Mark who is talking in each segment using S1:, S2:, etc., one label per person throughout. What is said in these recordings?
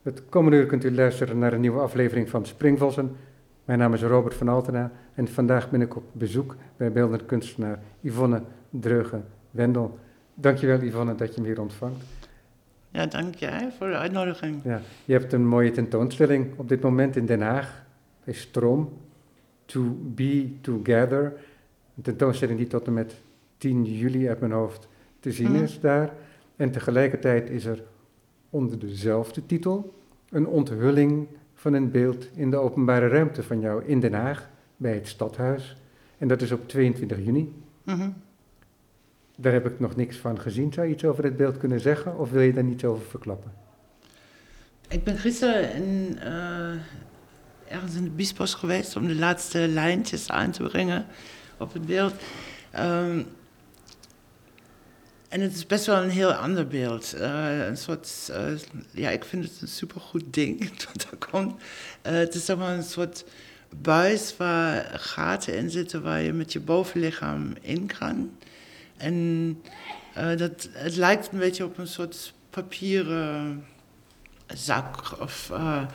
S1: Het komende uur kunt u luisteren naar een nieuwe aflevering van Springvossen. Mijn naam is Robert van Altena en vandaag ben ik op bezoek bij beeldend kunstenaar Yvonne Dröge-Wendel. Dankjewel Yvonne dat je me hier ontvangt.
S2: Ja, dank jij voor de uitnodiging.
S1: Ja, je hebt een mooie tentoonstelling op dit moment in Den Haag, bij Stroom, To Be Together. Een tentoonstelling die tot en met 10 juli uit mijn hoofd te zien is daar. En tegelijkertijd is er onder dezelfde titel een onthulling van een beeld in de openbare ruimte van jou in Den Haag, bij het Stadhuis. En dat is op 22 juni. Daar heb ik nog niks van gezien. Zou je iets over het beeld kunnen zeggen of wil je daar niets over verklappen?
S2: Ik ben gisteren ergens in de Biesbos geweest om de laatste lijntjes aan te brengen op het beeld. En het is best wel een heel ander beeld. Een soort, ik vind het een supergoed ding dat er komt. Het is zeg maar een soort buis waar gaten in zitten waar je met je bovenlichaam in kan. En het lijkt een beetje op een soort papieren zak of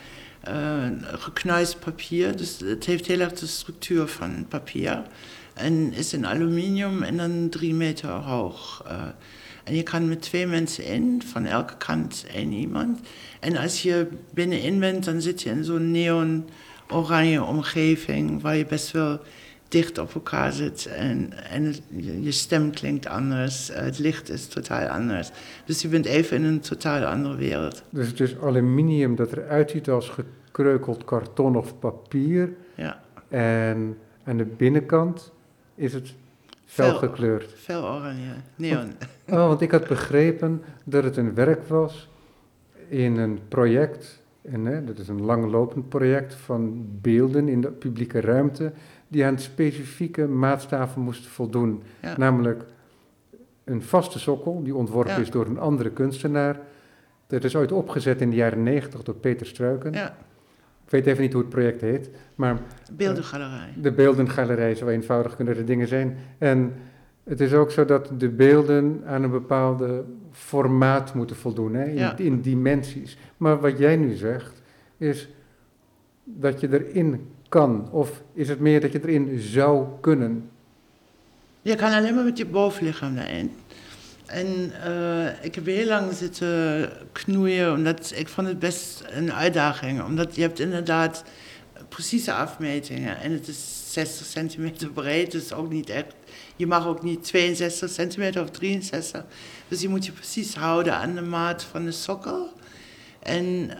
S2: geknuist papier. Dus het heeft heel erg de structuur van papier. En is in aluminium en dan 3 meter hoog. En je kan met 2 mensen in, van elke kant 1 iemand. En als je binnenin bent, dan zit je in zo'n neon-oranje omgeving waar je best wel dicht op elkaar zit. En je stem klinkt anders, het licht is totaal anders. Dus je bent even in een totaal andere wereld.
S1: Dus het is aluminium dat eruit ziet als gekreukeld karton of papier.
S2: Ja.
S1: En aan de binnenkant is het fel gekleurd.
S2: Fel oranje, neon.
S1: Want ik had begrepen dat het een werk was in een project, en dat is een langlopend project van beelden in de publieke ruimte, die aan specifieke maatstaven moesten voldoen.
S2: Ja.
S1: Namelijk een vaste sokkel, die ontworpen is door een andere kunstenaar. Dat is ooit opgezet in de jaren 90 door Peter Struiken.
S2: Ja.
S1: Ik weet even niet hoe het project heet, maar...
S2: Beeldengalerij.
S1: De beeldengalerij, zo eenvoudig kunnen de dingen zijn. En het is ook zo dat de beelden aan een bepaalde formaat moeten voldoen, in dimensies. Maar wat jij nu zegt, is dat je erin kan. Of is het meer dat je erin zou kunnen?
S2: Je kan alleen maar met je bovenlichaam daarin. En ik heb heel lang zitten knoeien, omdat ik vond het best een uitdaging. Omdat je hebt inderdaad precieze afmetingen en het is 60 centimeter breed, dus ook niet echt. Je mag ook niet 62 centimeter of 63. Dus je moet je precies houden aan de maat van de sokkel. En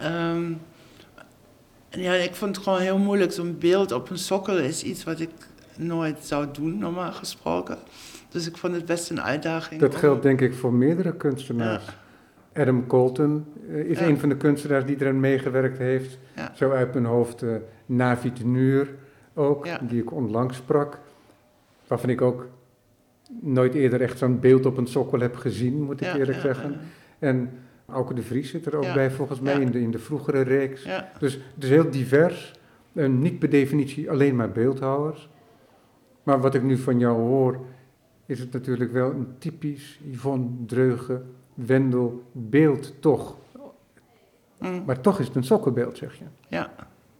S2: ik vond het gewoon heel moeilijk. Zo'n beeld op een sokkel is iets wat ik nooit zou doen, normaal gesproken. Dus ik vond het best een uitdaging.
S1: Dat geldt denk ik voor meerdere kunstenaars. Ja. Adam Colton is een van de kunstenaars die eraan meegewerkt heeft. Ja. Zo uit mijn hoofd Navi Tenuur ook, die ik onlangs sprak. Waarvan ik ook nooit eerder echt zo'n beeld op een sokkel heb gezien, moet ik eerlijk zeggen. En Auke de Vries zit er ook bij volgens mij in de vroegere reeks. Ja. Dus het is heel divers. Niet per definitie alleen maar beeldhouwers. Maar wat ik nu van jou hoor, is het natuurlijk wel een typisch Yvonne Dröge-Wendel beeld toch. Maar toch is het een sokkenbeeld, zeg je.
S2: Ja.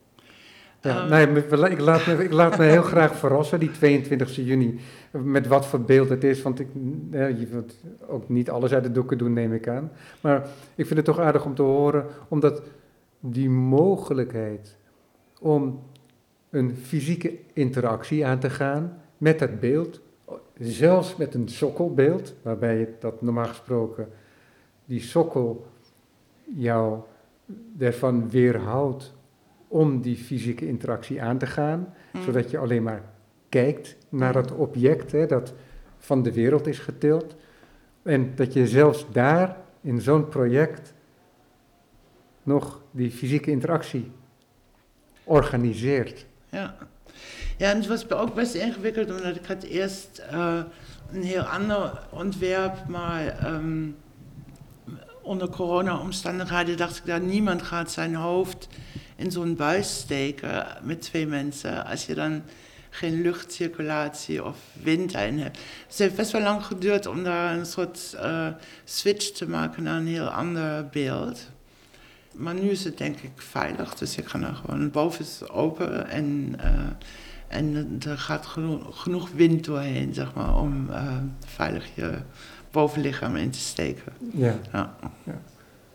S1: Ik laat me heel graag verrassen, die 22 juni, met wat voor beeld het is. Want je wilt ook niet alles uit de doeken doen, neem ik aan. Maar ik vind het toch aardig om te horen, omdat die mogelijkheid om een fysieke interactie aan te gaan met het beeld, zelfs met een sokkelbeeld, waarbij je dat normaal gesproken, die sokkel jou ervan weerhoudt om die fysieke interactie aan te gaan, zodat je alleen maar kijkt naar dat object, dat van de wereld is getild. En dat je zelfs daar, in zo'n project, nog die fysieke interactie organiseert.
S2: Ja, en het was ook best ingewikkeld, omdat ik had eerst een heel ander ontwerp, maar onder corona-omstandigheden dacht ik dat niemand gaat zijn hoofd in zo'n buis steken met 2 mensen, als je dan geen luchtcirculatie of wind in hebt. Dus het heeft best wel lang geduurd om daar een soort switch te maken naar een heel ander beeld. Maar nu is het denk ik veilig, dus je kan er gewoon, boven is open en er gaat genoeg wind doorheen, zeg maar, om veilig je bovenlichaam in te steken.
S1: Ja.
S2: Ja.
S1: Ja.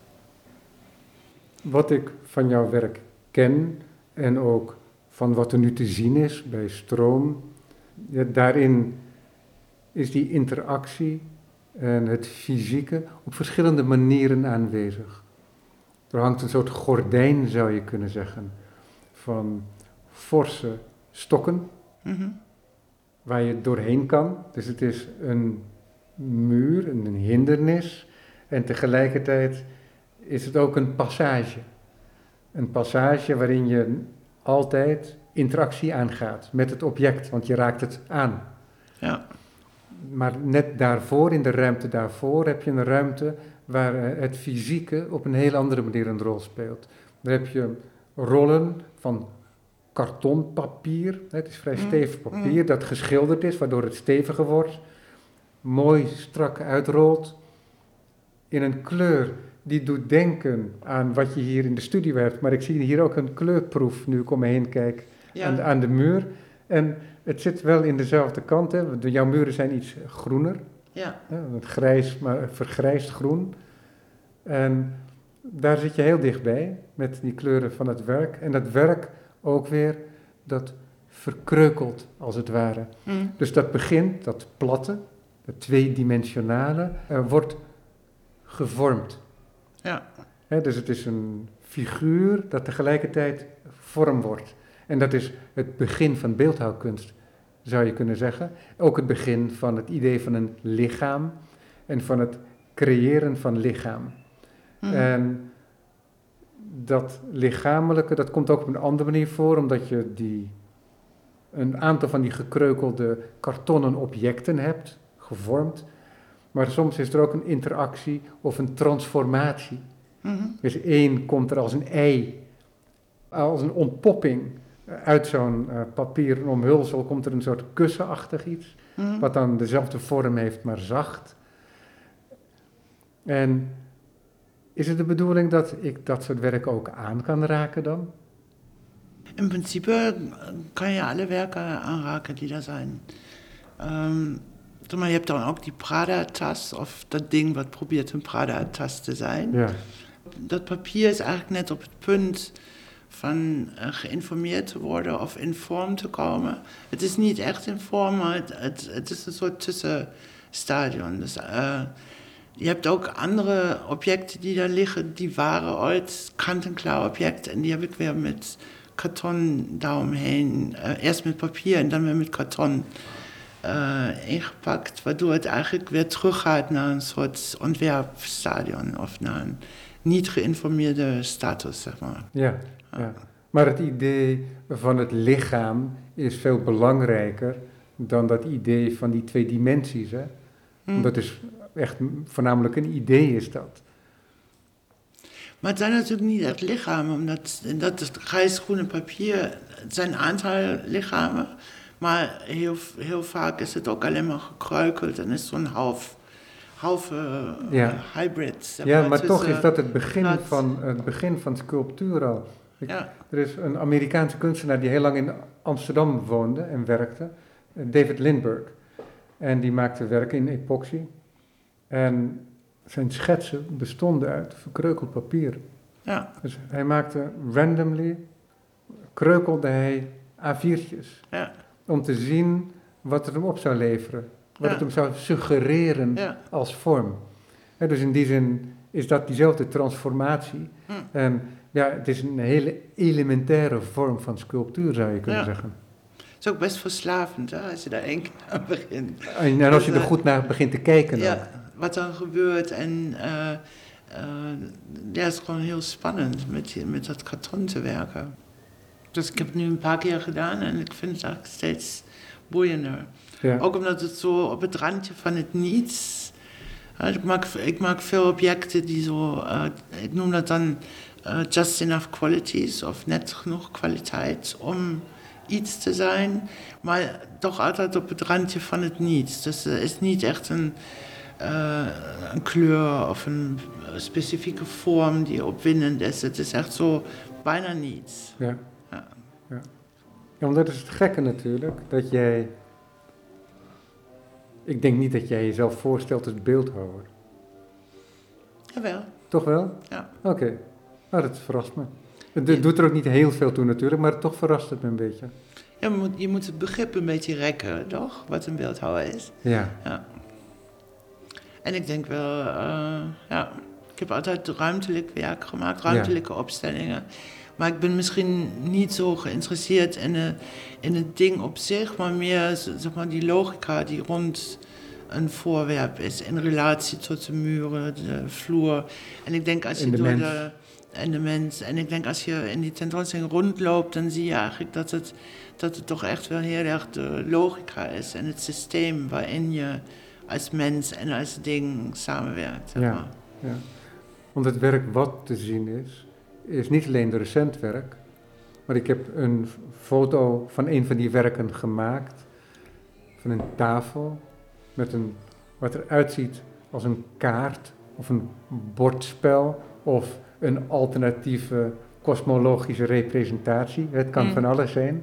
S1: Wat ik van jouw werk ken en ook van wat er nu te zien is bij Stroom, ja, daarin is die interactie en het fysieke op verschillende manieren aanwezig. Er hangt een soort gordijn, zou je kunnen zeggen, van forse stokken waar je doorheen kan. Dus het is een muur, een hindernis en tegelijkertijd is het ook een passage. Een passage waarin je altijd interactie aangaat met het object, want je raakt het aan.
S2: Ja.
S1: Maar net daarvoor, in de ruimte daarvoor, heb je een ruimte waar het fysieke op een heel andere manier een rol speelt. Daar heb je rollen van kartonpapier, het is vrij stevig papier dat geschilderd is, waardoor het steviger wordt, mooi strak uitrolt, in een kleur die doet denken aan wat je hier in de studio hebt, maar ik zie hier ook een kleurproef nu ik om me heen kijk aan de muur. En het zit wel in dezelfde kant, hè. Jouw muren zijn iets groener,
S2: Ja.
S1: het grijs, maar vergrijsd groen. En daar zit je heel dichtbij met die kleuren van het werk. En dat werk ook weer, dat verkreukelt als het ware. Dus dat begint, dat platte, dat tweedimensionale, wordt gevormd.
S2: Ja.
S1: Dus het is een figuur dat tegelijkertijd vorm wordt. En dat is het begin van beeldhouwkunst, zou je kunnen zeggen. Ook het begin van het idee van een lichaam en van het creëren van lichaam. En dat lichamelijke, dat komt ook op een andere manier voor, omdat je een aantal van die gekreukelde kartonnen objecten hebt, gevormd. Maar soms is er ook een interactie of een transformatie. Dus één komt er als een ei, als een ontpopping uit zo'n papieren omhulsel, komt er een soort kussenachtig iets, wat dan dezelfde vorm heeft, maar zacht. En is het de bedoeling dat ik dat soort werk ook aan kan raken dan?
S2: In principe kan je alle werken aanraken die er zijn. Je hebt dan ook die Prada-tas, of dat ding wat probeert een Prada-tas te zijn.
S1: Ja. Dat
S2: papier is eigenlijk net op het punt van geïnformeerd te worden of in vorm te komen. Het is niet echt in vorm, maar het is een soort tussenstadion. Dus je hebt ook andere objecten die daar liggen, die waren ooit kant-en-klaar objecten en die heb ik weer met karton daaromheen, eerst met papier en dan weer met karton ingepakt, waardoor het eigenlijk weer teruggaat naar een soort ontwerpstadion of naar een niet geïnformeerde status, zeg maar.
S1: Ja, ja. Maar het idee van het lichaam is veel belangrijker dan dat idee van die twee dimensies, hè? Dat is echt voornamelijk een idee, is dat.
S2: Maar het zijn natuurlijk niet echt lichamen, omdat dat grijs-groene papier, het zijn een aantal lichamen, maar heel vaak is het ook alleen maar gekreukeld en is zo'n halve hybrid.
S1: Ja, maar toch is dat het begin van sculptuur al. Er is een Amerikaanse kunstenaar die heel lang in Amsterdam woonde en werkte, David Lindbergh. En die maakte werken in epoxy. En zijn schetsen bestonden uit verkreukeld papier.
S2: Ja.
S1: Dus hij maakte randomly, kreukelde hij A4'tjes.
S2: Ja.
S1: Om te zien wat het hem op zou leveren. Wat het hem zou suggereren als vorm. Dus in die zin is dat diezelfde transformatie. En ja, het is een hele elementaire vorm van sculptuur, zou je kunnen zeggen.
S2: Het is ook best verslavend, hè, als je daar één keer aan begint.
S1: En als je er goed naar begint te kijken.
S2: Ja,
S1: ook.
S2: wat dan gebeurt. En het is gewoon heel spannend met dat karton te werken. Dus ik heb het nu een paar keer gedaan en ik vind het eigenlijk steeds boeiender.
S1: Ja.
S2: Ook omdat het zo op het randje van het niets. Ik maak veel objecten die zo, ik noem dat dan just enough qualities, of net genoeg kwaliteit om iets te zijn, maar toch altijd op het randje van het niets. Dus er is niet echt een een kleur of een specifieke vorm die opwindend is. Het is echt zo bijna niets.
S1: Ja.
S2: Ja.
S1: Ja. Ja, want dat is het gekke natuurlijk, dat jij... Ik denk niet dat jij jezelf voorstelt als beeldhouwer.
S2: Jawel,
S1: Toch wel?
S2: ja.
S1: Oké. Nou, dat verrast me. Het
S2: Ja.
S1: doet er ook niet heel veel toe natuurlijk, maar toch verrast het me een beetje.
S2: Ja, je moet het begrip een beetje rekken, toch? Wat een beeldhouwer is.
S1: Ja.
S2: Ja. En ik denk wel, ja, ik heb altijd ruimtelijk werk gemaakt, ruimtelijke opstellingen. Maar ik ben misschien niet zo geïnteresseerd in het ding op zich, maar meer zeg maar, die logica die rond een voorwerp is, in relatie tot de muren, de vloer. En ik denk als je door de... En de mens. En ik denk als je in die tentoonstelling rondloopt, dan zie je eigenlijk dat het toch echt wel heel erg de logica is en het systeem waarin je als mens en als ding samenwerkt. Zeg maar.
S1: Ja. Want het werk wat te zien is niet alleen de recent werk, maar ik heb een foto van een van die werken gemaakt, van een tafel, met wat eruit ziet als een kaart of een bordspel of een alternatieve kosmologische representatie. Het kan van alles zijn.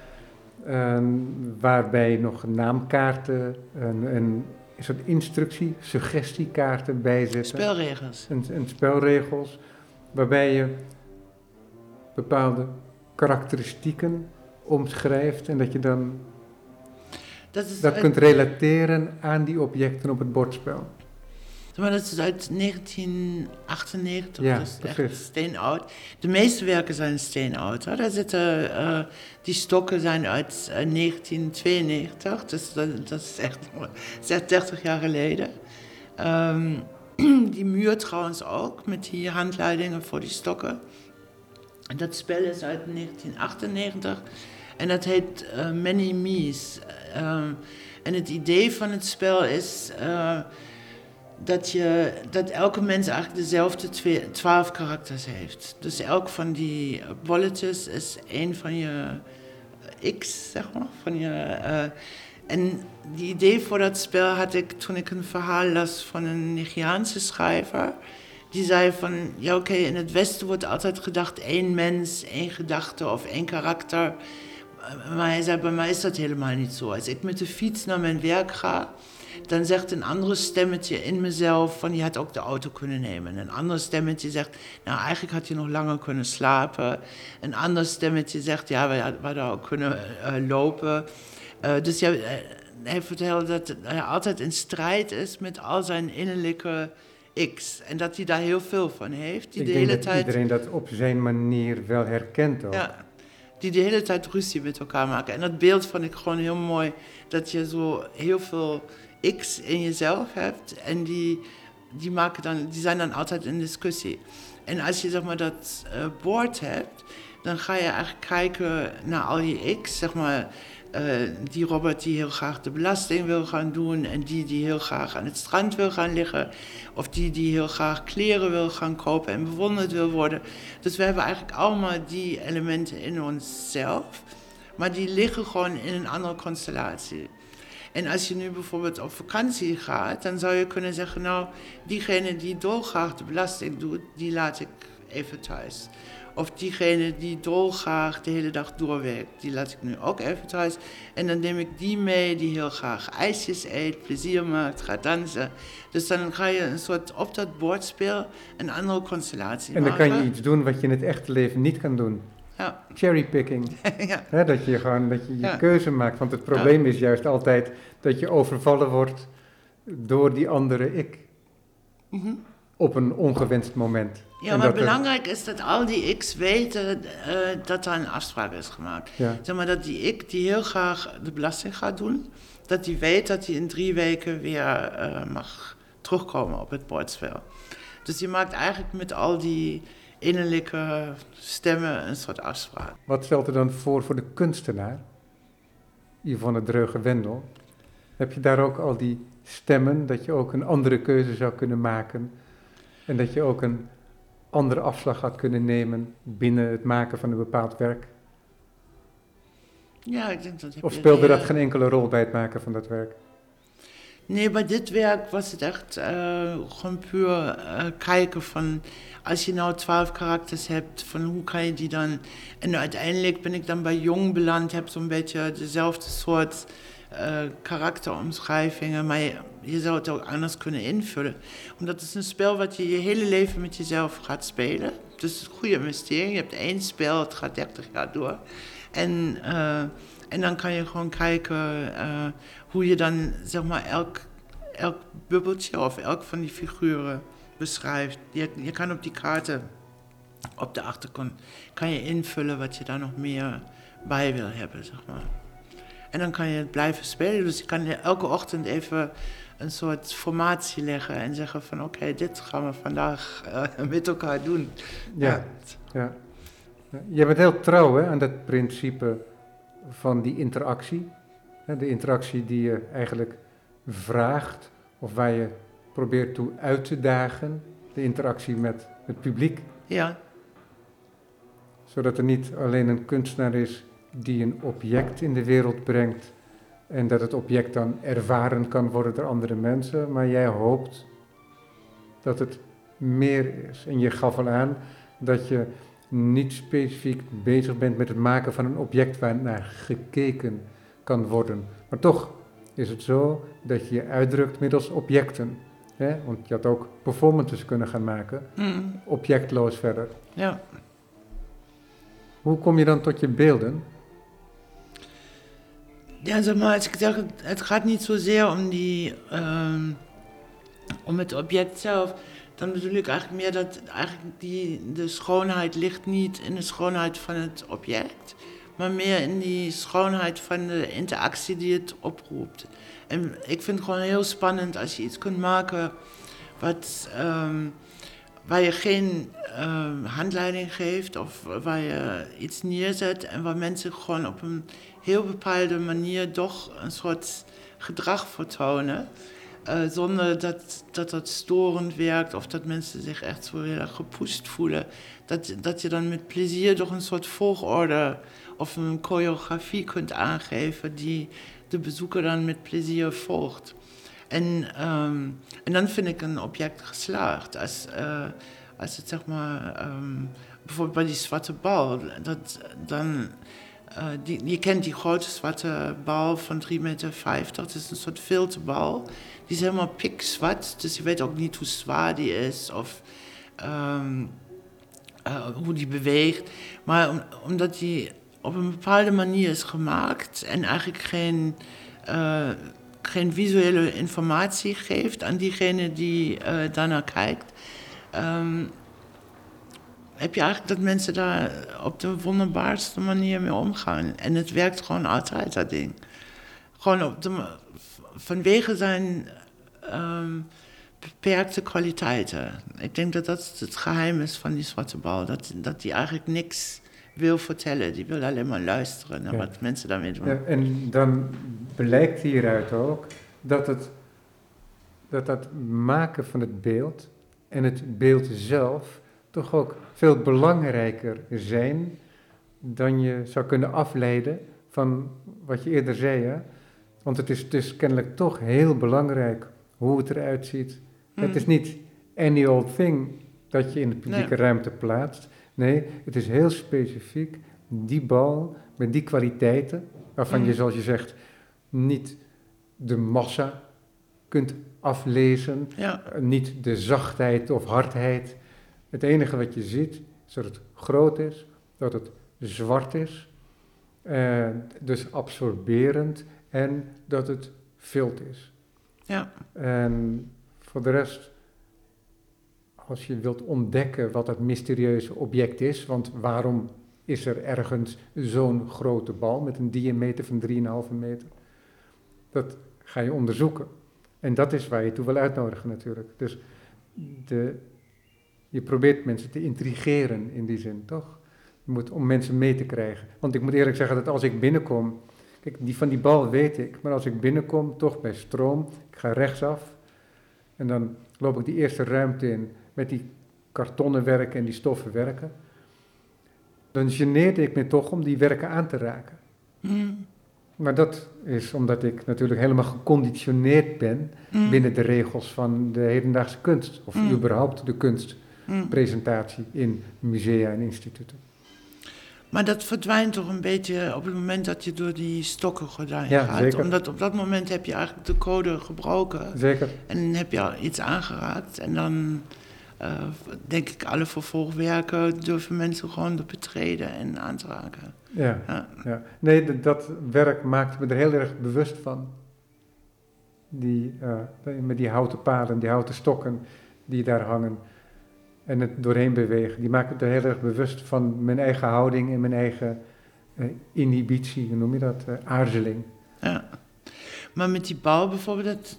S1: Waarbij nog naamkaarten, een soort instructie, suggestiekaarten bij zitten.
S2: Spelregels.
S1: En spelregels, waarbij je bepaalde karakteristieken omschrijft en dat je dan dat kunt relateren aan die objecten op het bordspel.
S2: Maar dat is uit 1998,
S1: Ja,
S2: dat is
S1: precies.
S2: echt steenoud. De meeste werken zijn steenoud. Hè. Daar zitten, die stokken zijn uit 1992, dus dat is echt 30 jaar geleden. Die muur trouwens ook, met die handleidingen voor die stokken. En dat spel is uit 1998 en dat heet Many Me's. En het idee van het spel is... dat elke mens eigenlijk dezelfde 12 karakters heeft. Dus elk van die bolletjes is één van je X, zeg maar. En die idee voor dat spel had ik toen ik een verhaal las van een Nigeriaanse schrijver. Die zei van, ja oké, in het Westen wordt altijd gedacht één mens, één gedachte of één karakter. Maar hij zei, bij mij is dat helemaal niet zo. Als ik met de fiets naar mijn werk ga... dan zegt een andere stemmetje in mezelf van je had ook de auto kunnen nemen. Een ander stemmetje zegt, nou eigenlijk had je nog langer kunnen slapen. Een ander stemmetje zegt, ja we hadden ook kunnen lopen. Dus ja, hij vertelde dat hij altijd in strijd is met al zijn innerlijke X. En dat hij daar heel veel van heeft.
S1: Ik denk dat iedereen dat op zijn manier wel herkent ook.
S2: Ja, die de hele tijd ruzie met elkaar maken. En dat beeld vond ik gewoon heel mooi. Dat je zo heel veel X in jezelf hebt en die zijn dan altijd in discussie. En als je zeg maar dat bord hebt, dan ga je eigenlijk kijken naar al je X, zeg maar die Robert die heel graag de belasting wil gaan doen en die heel graag aan het strand wil gaan liggen of die heel graag kleren wil gaan kopen en bewonderd wil worden. Dus we hebben eigenlijk allemaal die elementen in onszelf, maar die liggen gewoon in een andere constellatie. En als je nu bijvoorbeeld op vakantie gaat, dan zou je kunnen zeggen, nou, diegene die dolgraag de belasting doet, die laat ik even thuis. Of diegene die dolgraag de hele dag doorwerkt, die laat ik nu ook even thuis. En dan neem ik die mee die heel graag ijsjes eet, plezier maakt, gaat dansen. Dus dan ga je een soort op dat bordspel een andere constellatie maken.
S1: En dan kan je iets doen wat je in het echte leven niet kan doen.
S2: Ja.
S1: Cherrypicking.
S2: Ja.
S1: Dat je keuze maakt. Want het probleem is juist altijd dat je overvallen wordt door die andere ik.
S2: Mm-hmm.
S1: Op een ongewenst moment.
S2: Ja, maar belangrijk is dat al die X weten dat er een afspraak is gemaakt.
S1: Ja.
S2: Zeg maar dat die ik die heel graag de belasting gaat doen, dat die weet dat hij in 3 weken weer mag terugkomen op het bordspel. Dus je maakt eigenlijk met al die innerlijke stemmen een soort afspraak.
S1: Wat stelt er dan voor de kunstenaar, Yvonne Dröge-Wendel? Heb je daar ook al die stemmen, dat je ook een andere keuze zou kunnen maken en dat je ook een andere afslag had kunnen nemen binnen het maken van een bepaald werk?
S2: Ja, ik denk dat...
S1: Of speelde dat geen enkele rol bij het maken van dat werk?
S2: Nee, bij dit werk was het echt gewoon puur kijken van... Als je nou 12 karakters hebt, van hoe kan je die dan... En uiteindelijk ben ik dan bij Jong beland, heb zo'n beetje dezelfde soort karakteromschrijvingen, maar je zou het ook anders kunnen invullen. Omdat het is een spel wat je je hele leven met jezelf gaat spelen. Dus het is een goede investering. Je hebt 1 spel, het gaat 30 jaar door. En dan kan je gewoon kijken hoe je dan, zeg maar, elk bubbeltje of elk van die figuren beschrijft. Je kan op die kaarten, op de achterkant, kan je invullen wat je daar nog meer bij wil hebben, zeg maar. En dan kan je het blijven spelen. Dus je kan elke ochtend even een soort formatie leggen en zeggen van oké, dit gaan we vandaag met elkaar doen.
S1: Ja, ja. Je bent heel trouw hè, aan dat principe van die interactie. De interactie die je eigenlijk vraagt of waar je probeert toe uit te dagen. De interactie met het publiek.
S2: Ja.
S1: Zodat er niet alleen een kunstenaar is die een object in de wereld brengt en dat het object dan ervaren kan worden door andere mensen, maar jij hoopt dat het meer is. En je gaf al aan dat je niet specifiek bezig bent met het maken van een object waar naar gekeken kan worden. Maar toch is het zo dat je je uitdrukt middels objecten. Hè? Want je had ook performances kunnen gaan maken, objectloos verder.
S2: Ja.
S1: Hoe kom je dan tot je beelden?
S2: Ja, zeg maar, als ik zeg, het gaat niet zozeer om het object zelf. Dan bedoel ik eigenlijk meer dat eigenlijk de schoonheid ligt niet in de schoonheid van het object, maar meer in die schoonheid van de interactie die het oproept. En ik vind het gewoon heel spannend als je iets kunt maken waar je geen handleiding geeft of waar je iets neerzet en waar mensen gewoon op een heel bepaalde manier toch een soort gedrag vertonen. Zonder dat storend werkt of dat mensen zich echt zo heel erg gepusht voelen. Dat je dan met plezier toch een soort volgorde of een choreografie kunt aangeven die de bezoeker dan met plezier volgt. En dan vind ik een object geslaagd. Als het zeg maar, bijvoorbeeld bij die zwarte bal, je kent die grote zwarte bal van 3,50 meter. Dat is een soort filterbal. Die is helemaal pikzwart, dus je weet ook niet hoe zwaar die is of hoe die beweegt. Maar omdat die op een bepaalde manier is gemaakt en eigenlijk geen visuele informatie geeft aan diegene die daarnaar kijkt, heb je eigenlijk dat mensen daar op de wonderbaarste manier mee omgaan. En het werkt gewoon altijd, dat ding. Gewoon vanwege zijn beperkte kwaliteiten. Ik denk dat dat het geheim is van die zwarte bal. Dat die eigenlijk niks wil vertellen. Die wil alleen maar luisteren naar wat mensen daarmee doen.
S1: Ja, en dan blijkt hieruit ook dat maken van het beeld en het beeld zelf toch ook veel belangrijker zijn dan je zou kunnen afleiden van wat je eerder zei. Hè? Want het is dus kennelijk toch heel belangrijk hoe het eruit ziet. Het is niet any old thing dat je in de publieke ruimte plaatst. Nee, het is heel specifiek die bal met die kwaliteiten, waarvan je, zoals je zegt, niet de massa kunt aflezen, niet de zachtheid of hardheid. Het enige wat je ziet is dat het groot is, dat het zwart is, dus absorberend en dat het vilt is.
S2: Ja.
S1: En voor de rest, als je wilt ontdekken wat dat mysterieuze object is, want waarom is er ergens zo'n grote bal met een diameter van 3,5 meter? Dat ga je onderzoeken. En dat is waar je toe wil uitnodigen natuurlijk. Dus je probeert mensen te intrigeren in die zin, toch? Om mensen mee te krijgen. Want ik moet eerlijk zeggen dat als ik binnenkom, kijk, van die bal weet ik, maar als ik binnenkom, toch bij stroom, ik ga rechtsaf en dan loop ik die eerste ruimte in met die kartonnen werken en die stoffen werken. Dan geneerde ik me toch om die werken aan te raken. Maar dat is omdat ik natuurlijk helemaal geconditioneerd ben binnen de regels van de hedendaagse kunst. Of überhaupt de kunstpresentatie in musea en instituten.
S2: Maar dat verdwijnt toch een beetje op het moment dat je door die stokkengordijn gaat.
S1: Zeker.
S2: Omdat op dat moment heb je eigenlijk de code gebroken.
S1: Zeker.
S2: En heb je al iets aangeraakt. En dan denk ik alle vervolgwerken durven mensen gewoon te betreden en aan te raken.
S1: Ja. Nee, dat werk maakt me er heel erg bewust van. Met die houten palen, die houten stokken die daar hangen en het doorheen bewegen. Die maken me er heel erg bewust van mijn eigen houding en mijn eigen inhibitie, hoe noem je dat? Aarzeling.
S2: Ja. Maar met die bouw bijvoorbeeld,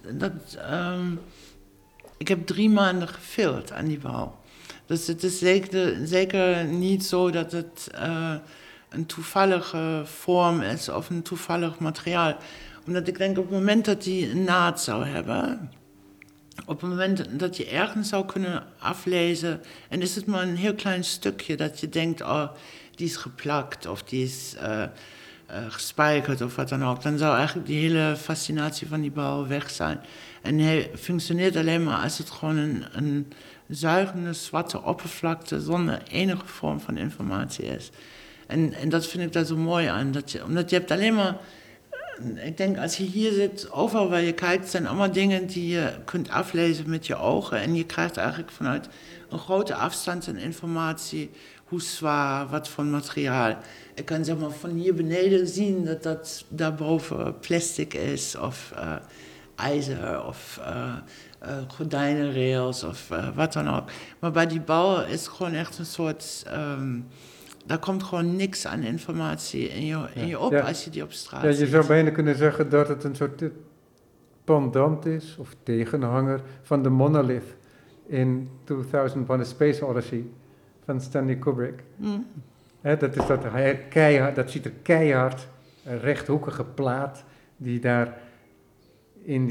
S2: ik heb 3 maanden gefilmd aan die bouw. Dus het is zeker niet zo dat het een toevallige vorm is of een toevallig materiaal. Omdat ik denk op het moment dat die een naad zou hebben, op het moment dat je ergens zou kunnen aflezen, en is het maar een heel klein stukje dat je denkt, oh, die is geplakt of die is gespijkerd of wat dan ook, dan zou eigenlijk die hele fascinatie van die bouw weg zijn. En hij functioneert alleen maar als het gewoon een zuigende zwarte oppervlakte zonder enige vorm van informatie is. En dat vind ik daar zo mooi aan, omdat je hebt alleen maar, ik denk als je hier zit, overal waar je kijkt, zijn allemaal dingen die je kunt aflezen met je ogen. En je krijgt eigenlijk vanuit een grote afstand een informatie, hoe zwaar, wat voor materiaal. Ik kan zeg maar van hier beneden zien dat daarboven plastic is, of ijzer, of gordijnenrails, of wat dan ook. Maar bij die bouw is het gewoon echt een soort, daar komt gewoon niks aan informatie in je op als je die op straat ziet.
S1: Je zou bijna kunnen zeggen dat het een soort pendant is, of tegenhanger, van de monolith in 2001 A Space Odyssey van Stanley Kubrick. Dat is dat ziet er keihard, een rechthoekige plaat die daar in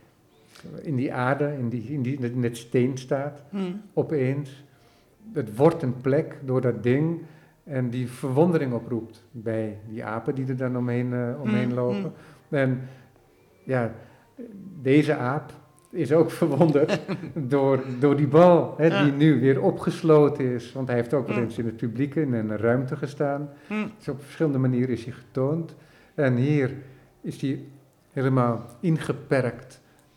S1: die aarde, in het steen staat, opeens. Het wordt een plek door dat ding en die verwondering oproept bij die apen die er dan omheen lopen. En ja, deze aap is ook verwonderd door die bal, die nu weer opgesloten is. Want hij heeft ook wel eens in het publiek in een ruimte gestaan. Dus op verschillende manieren is hij getoond. En hier is hij helemaal ingeperkt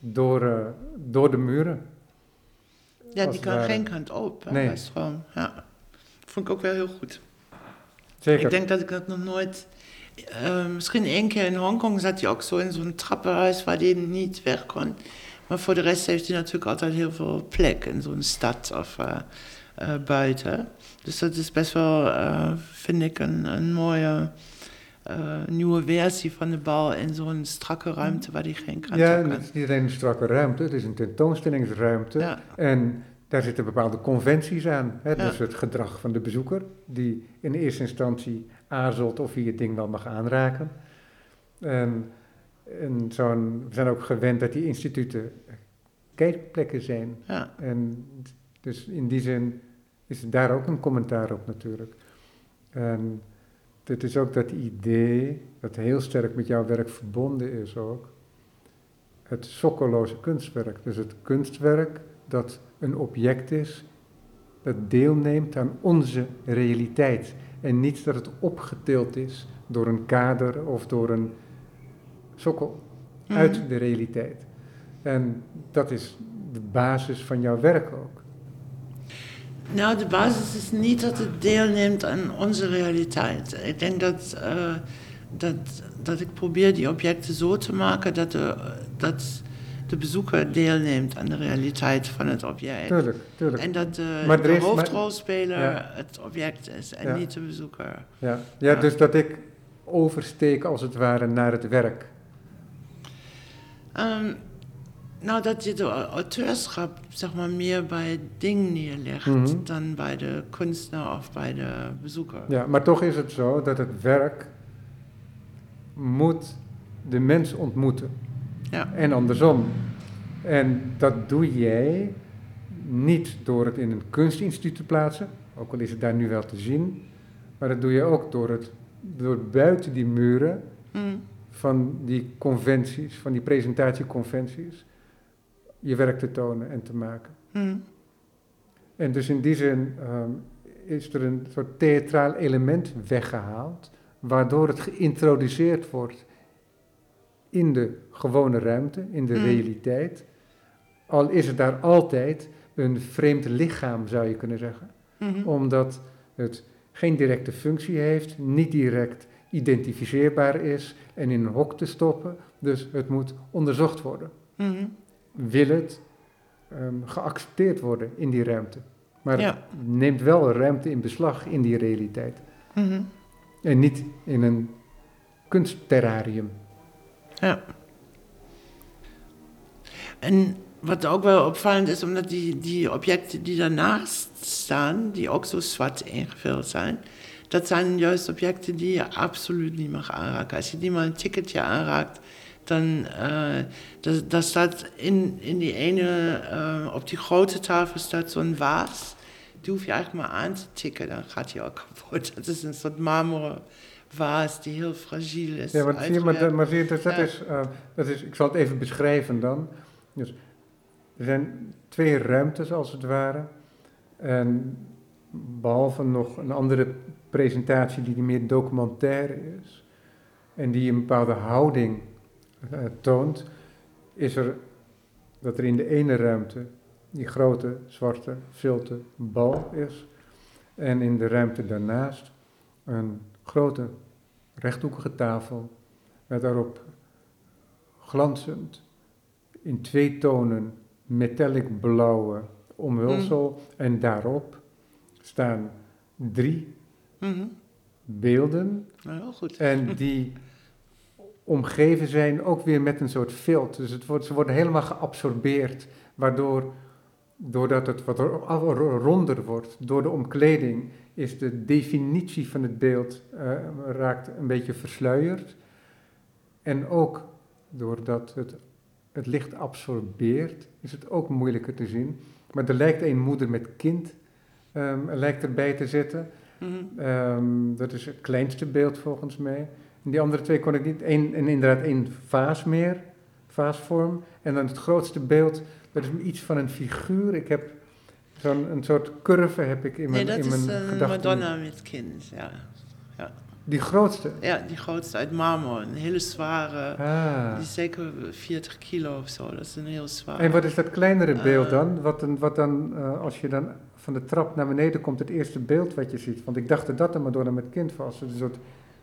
S1: door de muren.
S2: Ja, die kan geen kant op.
S1: Nee.
S2: Dat is gewoon, ja. Vond ik ook wel heel goed.
S1: Zeker.
S2: Ik denk dat ik dat nog nooit... misschien 1 keer in Hongkong zat hij ook zo in zo'n trappenhuis waar hij niet weg kon. Maar voor de rest heeft hij natuurlijk altijd heel veel plek in zo'n stad of buiten. Dus dat is best wel, vind ik, een mooie nieuwe versie van de bouw in zo'n strakke ruimte waar hij geen kant op kan.
S1: Ja, het is niet alleen een strakke ruimte, het is een tentoonstellingsruimte.
S2: Ja.
S1: En daar zitten bepaalde conventies aan. Dus het gedrag van de bezoeker, die in eerste instantie aarzelt of hij het ding wel mag aanraken. En we zijn ook gewend dat die instituten kijkplekken zijn.
S2: Ja.
S1: En dus in die zin is daar ook een commentaar op natuurlijk. En het is ook dat idee, dat heel sterk met jouw werk verbonden is ook, het sokkeloze kunstwerk. Dus het kunstwerk dat een object is, dat deelneemt aan onze realiteit. En niet dat het opgetild is door een kader of door een sokkel uit de realiteit. En dat is de basis van jouw werk ook.
S2: Nou, de basis is niet dat het deelneemt aan onze realiteit. Ik denk dat ik probeer die objecten zo te maken dat de bezoeker deelneemt aan de realiteit van het object.
S1: Tuurlijk.
S2: En dat de hoofdrolspeler het object is en niet de bezoeker.
S1: Ja, dus dat ik oversteek als het ware naar het werk.
S2: Nou, dat je de auteurschap zeg maar meer bij het ding neerlegt dan bij de kunstenaar of bij de bezoeker.
S1: Ja, maar toch is het zo dat het werk moet de mens ontmoeten.
S2: Ja.
S1: En andersom. En dat doe jij niet door het in een kunstinstituut te plaatsen, ook al is het daar nu wel te zien, maar dat doe je ook door buiten die muren van die conventies, van die presentatieconventies, je werk te tonen en te maken. En dus in die zin is er een soort theatraal element weggehaald, waardoor het geïntroduceerd wordt in de gewone ruimte, in de realiteit. Al is het daar altijd een vreemd lichaam, zou je kunnen zeggen. Omdat het geen directe functie heeft, niet direct identificeerbaar is en in een hok te stoppen. Dus het moet onderzocht worden. Wil het geaccepteerd worden in die ruimte? Maar het neemt wel ruimte in beslag in die realiteit. En niet in een kunstterrarium.
S2: Ja. En wat ook wel opvallend is, omdat die objecten die daarnaast staan, die ook zo zwart ingevuld zijn, dat zijn juist objecten die je absoluut niet mag aanraken. Als je die maar een ticketje aanraakt, dan daar staat in die ene, op die grote tafel staat zo'n vaas. Die hoef je eigenlijk maar aan te tikken, dan gaat die ook kapot. Dat is een soort marmeren vaas die heel fragiel is.
S1: Ja, maar zie je, dat is, ik zal het even beschrijven dan. Dus, er zijn 2 ruimtes als het ware. En behalve nog een andere presentatie die meer documentaire is. En die een bepaalde houding toont. Is er dat er in de ene ruimte die grote zwarte vilte bal is. En in de ruimte daarnaast een grote rechthoekige tafel met daarop glanzend in 2 tonen metallic blauwe omhulsel. En daarop staan 3 beelden.
S2: Nou, heel goed.
S1: En die omgeven zijn ook weer met een soort vilt. Dus ze worden helemaal geabsorbeerd, doordat het wat ronder wordt door de omkleding, is de definitie van het beeld raakt een beetje versluierd. En ook doordat het licht absorbeert, is het ook moeilijker te zien. Maar er lijkt een moeder met kind lijkt erbij te zitten. Dat is het kleinste beeld volgens mij. En die andere 2 kon ik niet. Inderdaad 1 vaasvorm. En dan het grootste beeld, dat is iets van een figuur. Ik heb een soort curve heb ik in mijn gedachten.
S2: Dat is een Madonna met kind, ja.
S1: Die grootste?
S2: Ja, die grootste uit marmer. Een hele zware, die is zeker 40 kilo of zo. Dat is een heel zwaar.
S1: En wat is dat kleinere beeld dan? Wat dan, als je dan van de trap naar beneden komt, het eerste beeld wat je ziet? Want ik dacht dat een Madonna met kind was. Een soort,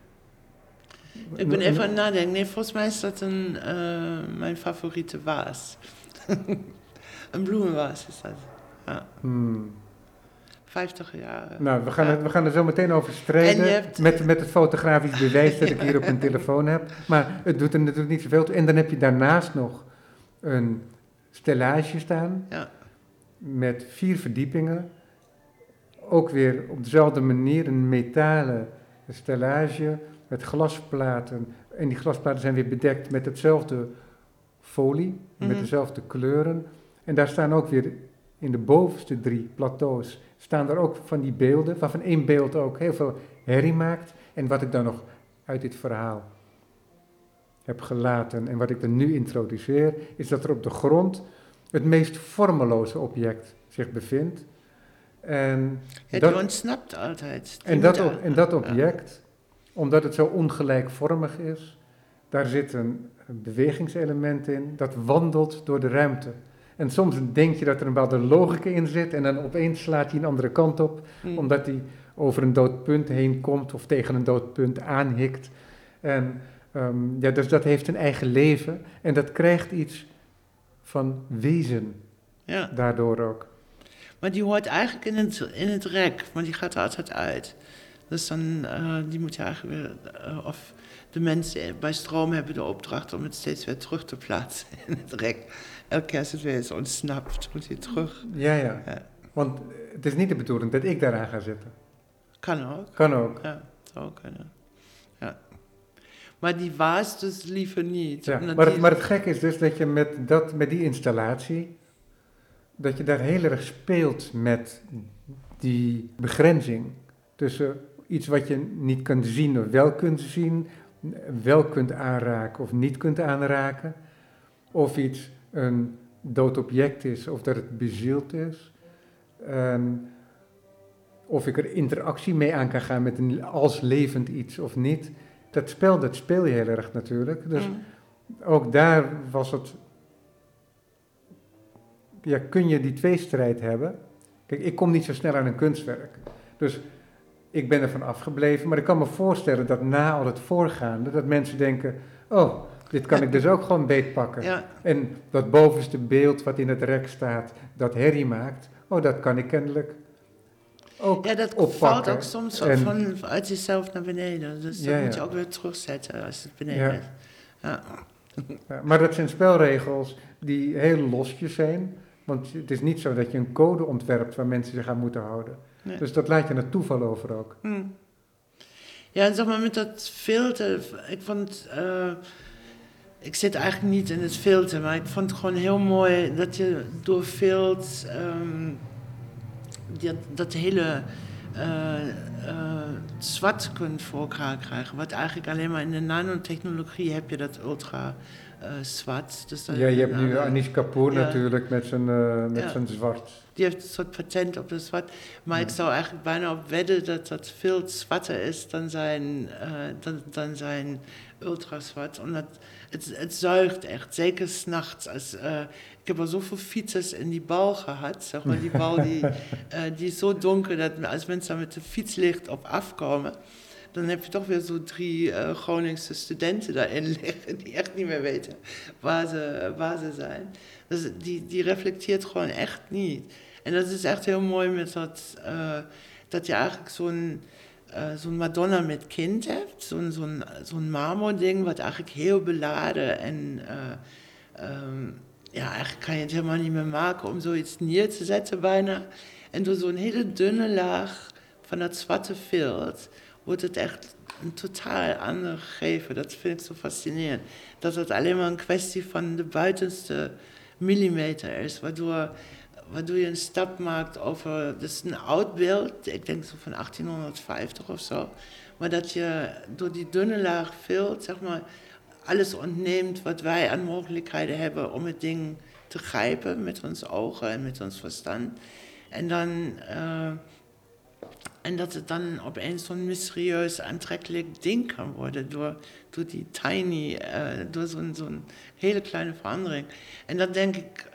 S2: ik ben even aan het nadenken. Nee, volgens mij is dat mijn favoriete vaas. Een bloemenvaas is dat. Ja. 50 jaar.
S1: Nou, we gaan er zo meteen over strijden met het fotografisch bewijs dat ik hier op mijn telefoon heb. Maar het doet er natuurlijk niet zoveel toe. En dan heb je daarnaast nog een stellage staan met 4 verdiepingen. Ook weer op dezelfde manier een metalen stellage met glasplaten. En die glasplaten zijn weer bedekt met hetzelfde folie, met dezelfde kleuren. En daar staan ook weer in de bovenste 3 plateaus staan er ook van die beelden, waarvan 1 beeld ook heel veel herrie maakt. En wat ik dan nog uit dit verhaal heb gelaten en wat ik er nu introduceer, is dat er op de grond het meest vormeloze object zich bevindt. En
S2: die ontsnapt altijd.
S1: En dat object, omdat het zo ongelijkvormig is, daar zit een bewegingselement in, dat wandelt door de ruimte. En soms denk je dat er een bepaalde logica in zit en dan opeens slaat hij een andere kant op, omdat hij over een dood punt heen komt of tegen een dood punt aanhikt. En dus dat heeft een eigen leven en dat krijgt iets van wezen, daardoor ook.
S2: Maar die hoort eigenlijk in het rek, maar die gaat er altijd uit. Dus dan, die moet je eigenlijk weer, of de mensen bij Stroom hebben de opdracht om het steeds weer terug te plaatsen in het rek. Elke keer als het weer is ontsnapt, moet hij terug.
S1: Ja. Want het is niet de bedoeling dat ik daaraan ga zitten.
S2: Kan ook. Ja, zou kunnen. Ja. Maar die vaas dus liever niet.
S1: Ja, maar het gekke is dus dat je met die installatie, dat je daar heel erg speelt met die begrenzing tussen iets wat je niet kunt zien of wel kunt zien, wel kunt aanraken of niet kunt aanraken. Of iets een dood object is of dat het bezield is. Of ik er interactie mee aan kan gaan met een als levend iets of niet. Dat speel je heel erg natuurlijk. Dus ook daar was het... Ja, kun je die tweestrijd hebben? Kijk, ik kom niet zo snel aan een kunstwerk. Dus ik ben ervan afgebleven. Maar ik kan me voorstellen dat na al het voorgaande... dat mensen denken... oh, dit kan ik dus ook gewoon beetpakken.
S2: Ja.
S1: En dat bovenste beeld wat in het rek staat... dat herrie maakt... oh, dat kan ik kennelijk ook
S2: Ja, dat
S1: oppakken.
S2: valt ook soms uit jezelf naar beneden. Dus dat moet je ook weer terugzetten als het beneden is. Ja.
S1: Ja, maar dat zijn spelregels die heel losjes zijn. Want het is niet zo dat je een code ontwerpt waar mensen zich aan moeten houden. Nee. Dus dat laat je naar toeval over ook.
S2: Ja, en zeg maar met dat filter, ik zit eigenlijk niet in het filter, maar ik vond het gewoon heel mooi dat je door filter dat hele zwart kunt voor elkaar krijgen. Wat eigenlijk alleen maar in de nanotechnologie heb je dat ultra zwart. Dus
S1: ja, je hebt nu Anish Kapoor natuurlijk met zijn zwart.
S2: Die heeft een soort patent op de zwart. Maar ik zou eigenlijk bijna op wedden dat dat veel zwarter is dan zijn ultrazwart. Omdat het zuigt echt, zeker 's nachts. Ik heb al zoveel fietsers in die bal gehad. Zeg maar, die bal die is zo donker dat als mensen daar met de fietslicht op afkomen... dan heb je toch weer zo 3 Groningse studenten daarin liggen... die echt niet meer weten waar ze zijn. Dus die reflecteert gewoon echt niet. En dat is echt heel mooi met dat je eigenlijk zo'n Madonna met kind hebt. Zo'n marmording wat eigenlijk heel beladen en... eigenlijk kan je het helemaal niet meer maken om zoiets neer te zetten bijna. En door zo'n hele dunne laag van dat zwarte vilt... wordt het echt een totaal ander gegeven. Dat vind ik zo fascinerend. Dat het alleen maar een kwestie van de buitenste millimeter is. Waardoor je een stap maakt over... Dat is een oud beeld, ik denk zo van 1850 of zo. Maar dat je door die dunne laag vilt, zeg maar... alles ontneemt wat wij aan mogelijkheden hebben om het ding te grijpen... met onze ogen en met ons verstand. En dan... En dat het dan opeens zo'n mysterieus aantrekkelijk ding kan worden door die door zo'n hele kleine verandering. En dan denk ik,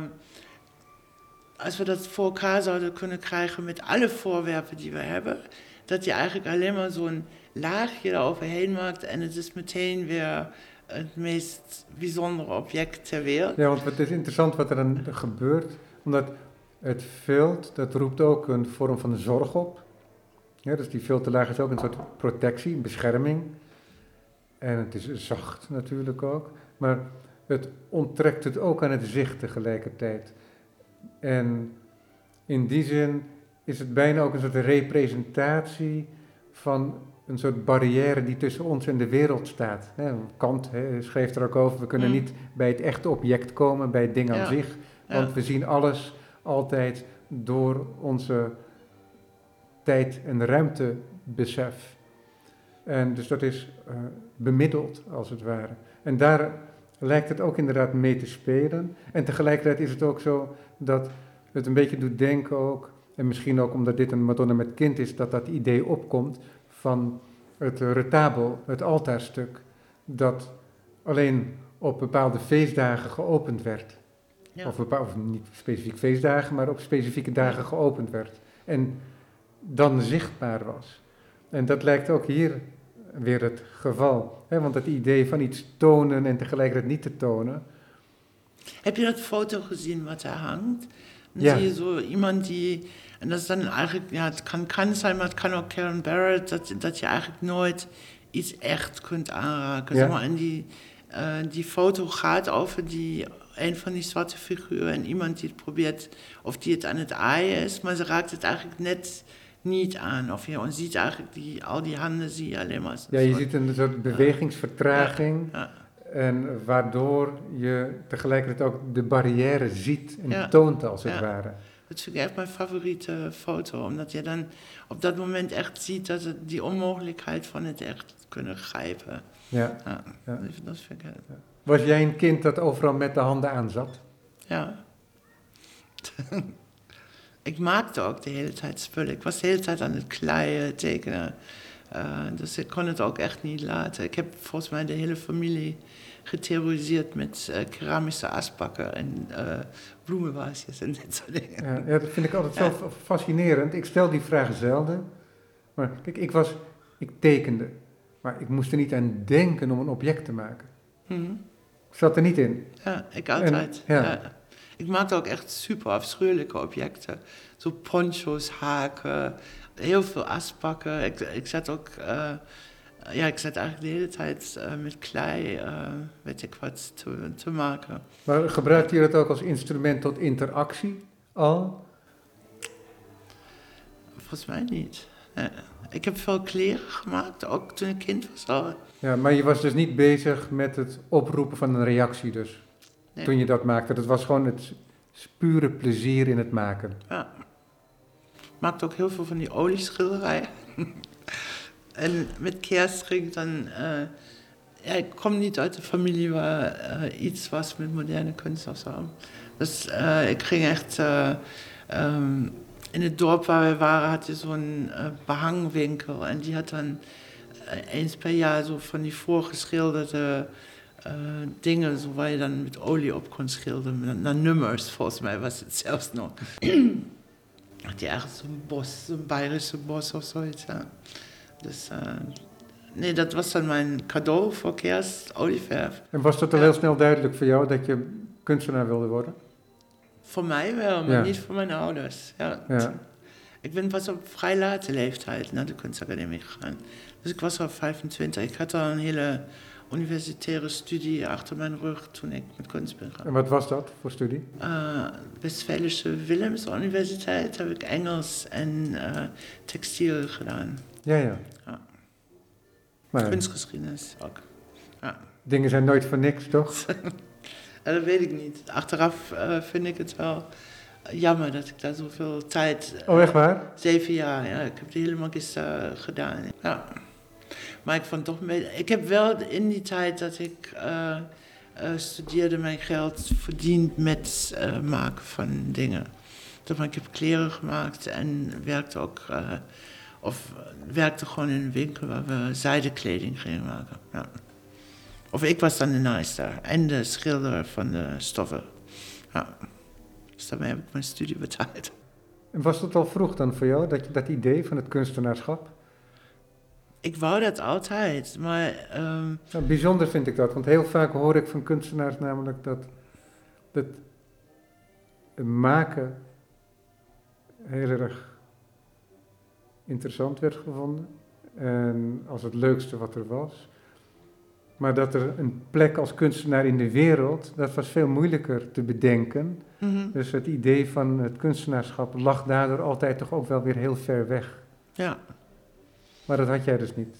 S2: als we dat voor elkaar zouden kunnen krijgen met alle voorwerpen die we hebben, dat je eigenlijk alleen maar zo'n laagje eroverheen maakt en het is meteen weer het meest bijzondere object ter wereld.
S1: Ja, want het is interessant wat er dan gebeurt, omdat het vilt, dat roept ook een vorm van zorg op. Ja, dus die filterlaag is ook een soort protectie, bescherming. En het is zacht natuurlijk ook. Maar het onttrekt het ook aan het zicht tegelijkertijd. En in die zin is het bijna ook een soort representatie van een soort barrière die tussen ons en de wereld staat. Kant schreef er ook over, we kunnen niet bij het echte object komen, bij het ding aan zich. Want we zien alles altijd door onze... tijd- en ruimtebesef. En dus dat is bemiddeld, als het ware. En daar lijkt het ook inderdaad mee te spelen. En tegelijkertijd is het ook zo dat het een beetje doet denken ook, en misschien ook omdat dit een Madonna met kind is, dat idee opkomt van het retabel, het altaarstuk, dat alleen op bepaalde feestdagen geopend werd. Ja. Of niet specifiek feestdagen, maar op specifieke dagen geopend werd. En dan zichtbaar was. En dat lijkt ook hier weer het geval. Want het idee van iets tonen en tegelijkertijd niet te tonen.
S2: Heb je dat foto gezien wat er hangt? Dan zie je zo iemand die... En dat is dan eigenlijk... Ja, het kan zijn, maar het kan ook Karen Barrett... Dat je eigenlijk nooit iets echt kunt aanraken. Ja. Zeg maar. En die foto gaat over een van die zwarte figuren... en iemand die het probeert... of die het aan het aaien is... maar ze raakt het eigenlijk net... niet aan. Of je ziet eigenlijk al die handen zie je alleen maar.
S1: Ja, je ziet een soort bewegingsvertraging. Ja. En waardoor je tegelijkertijd ook de barrière ziet en toont als het ware.
S2: Dat vind ik echt mijn favoriete foto. Omdat je dan op dat moment echt ziet dat die onmogelijkheid van het echt kunnen grijpen.
S1: Ja.
S2: Ja. Dat vind ik...
S1: Was jij een kind dat overal met de handen aan zat?
S2: Ja. Ik maakte ook de hele tijd spullen. Ik was de hele tijd aan het kleien, tekenen. Dus ik kon het ook echt niet laten. Ik heb volgens mij de hele familie geterroriseerd met keramische asbakken en bloemenvaasjes en dit soort dingen.
S1: Ja, dat vind ik altijd zo fascinerend. Ik stel die vragen zelden. Maar kijk, ik tekende. Maar ik moest er niet aan denken om een object te maken. Ik zat er niet in.
S2: Ja, ik altijd. Ja. Ik maakte ook echt super afschuwelijke objecten. Zo poncho's, haken, heel veel asbakken. Ik zat ook... ik zat eigenlijk de hele tijd met klei, weet ik wat, te maken.
S1: Maar gebruikte je dat ook als instrument tot interactie al?
S2: Volgens mij niet. Nee. Ik heb veel kleren gemaakt, ook toen ik kind was al.
S1: Ja, maar je was dus niet bezig met het oproepen van een reactie dus,
S2: Nee.
S1: toen je dat maakte. Dat was gewoon het pure plezier in het maken.
S2: Ja. Ik maakte ook heel veel van die olieschilderijen. En met kerst ging ik dan... ik kom niet uit een familie waar iets was met moderne kunst of zo. Dus ik ging echt... in het dorp waar we waren had je zo'n behangwinkel. En die had dan eens per jaar zo van die voorgeschilderde dingen... Zo waar je dan met olie op kon schilderen. Naar nummers, volgens mij was het zelfs nog. Had je ergens zo'n bos, zo'n Bayerische bos of zoiets, ja. Dus nee, dat was dan mijn cadeau voor kerst, olieverf.
S1: En was dat al heel snel duidelijk voor jou dat je kunstenaar wilde worden?
S2: Voor mij wel, maar niet voor mijn ouders. Ja. Ik ben pas op vrij late leeftijd naar de kunstacademie gegaan. Dus ik was al 25. Ik had al een hele universitaire studie achter mijn rug toen ik met kunst ben gegaan.
S1: En wat was dat voor studie?
S2: Westfälische Willems Universiteit heb ik Engels en textiel gedaan.
S1: Ja. Maar
S2: kunstgeschiedenis ook. Ja.
S1: Dingen zijn nooit voor niks, toch?
S2: Dat weet ik niet. Achteraf vind ik het wel jammer dat ik daar zoveel tijd...
S1: Oh, echt waar?
S2: 7 jaar, ja. Ik heb de hele magister gedaan. Ja. Maar ik vond toch... Ik heb wel in die tijd dat ik studeerde mijn geld verdiend met maken van dingen. Ik heb kleren gemaakt en werkte ook... werkte gewoon in een winkel waar we zijdenkleding gingen maken. Ja. Of ik was dan de naaister en de schilder van de stoffen. Ja. Dus daarmee heb ik mijn studie betaald.
S1: En was dat al vroeg dan voor jou, dat idee van het kunstenaarschap?
S2: Ik wou dat altijd, maar...
S1: Nou, bijzonder vind ik dat, want heel vaak hoor ik van kunstenaars namelijk dat maken heel erg interessant werd gevonden. En als het leukste wat er was. Maar dat er een plek als kunstenaar in de wereld, dat was veel moeilijker te bedenken.
S2: Mm-hmm.
S1: Dus het idee van het kunstenaarschap lag daardoor altijd toch ook wel weer heel ver weg.
S2: Ja.
S1: Maar dat had jij dus niet.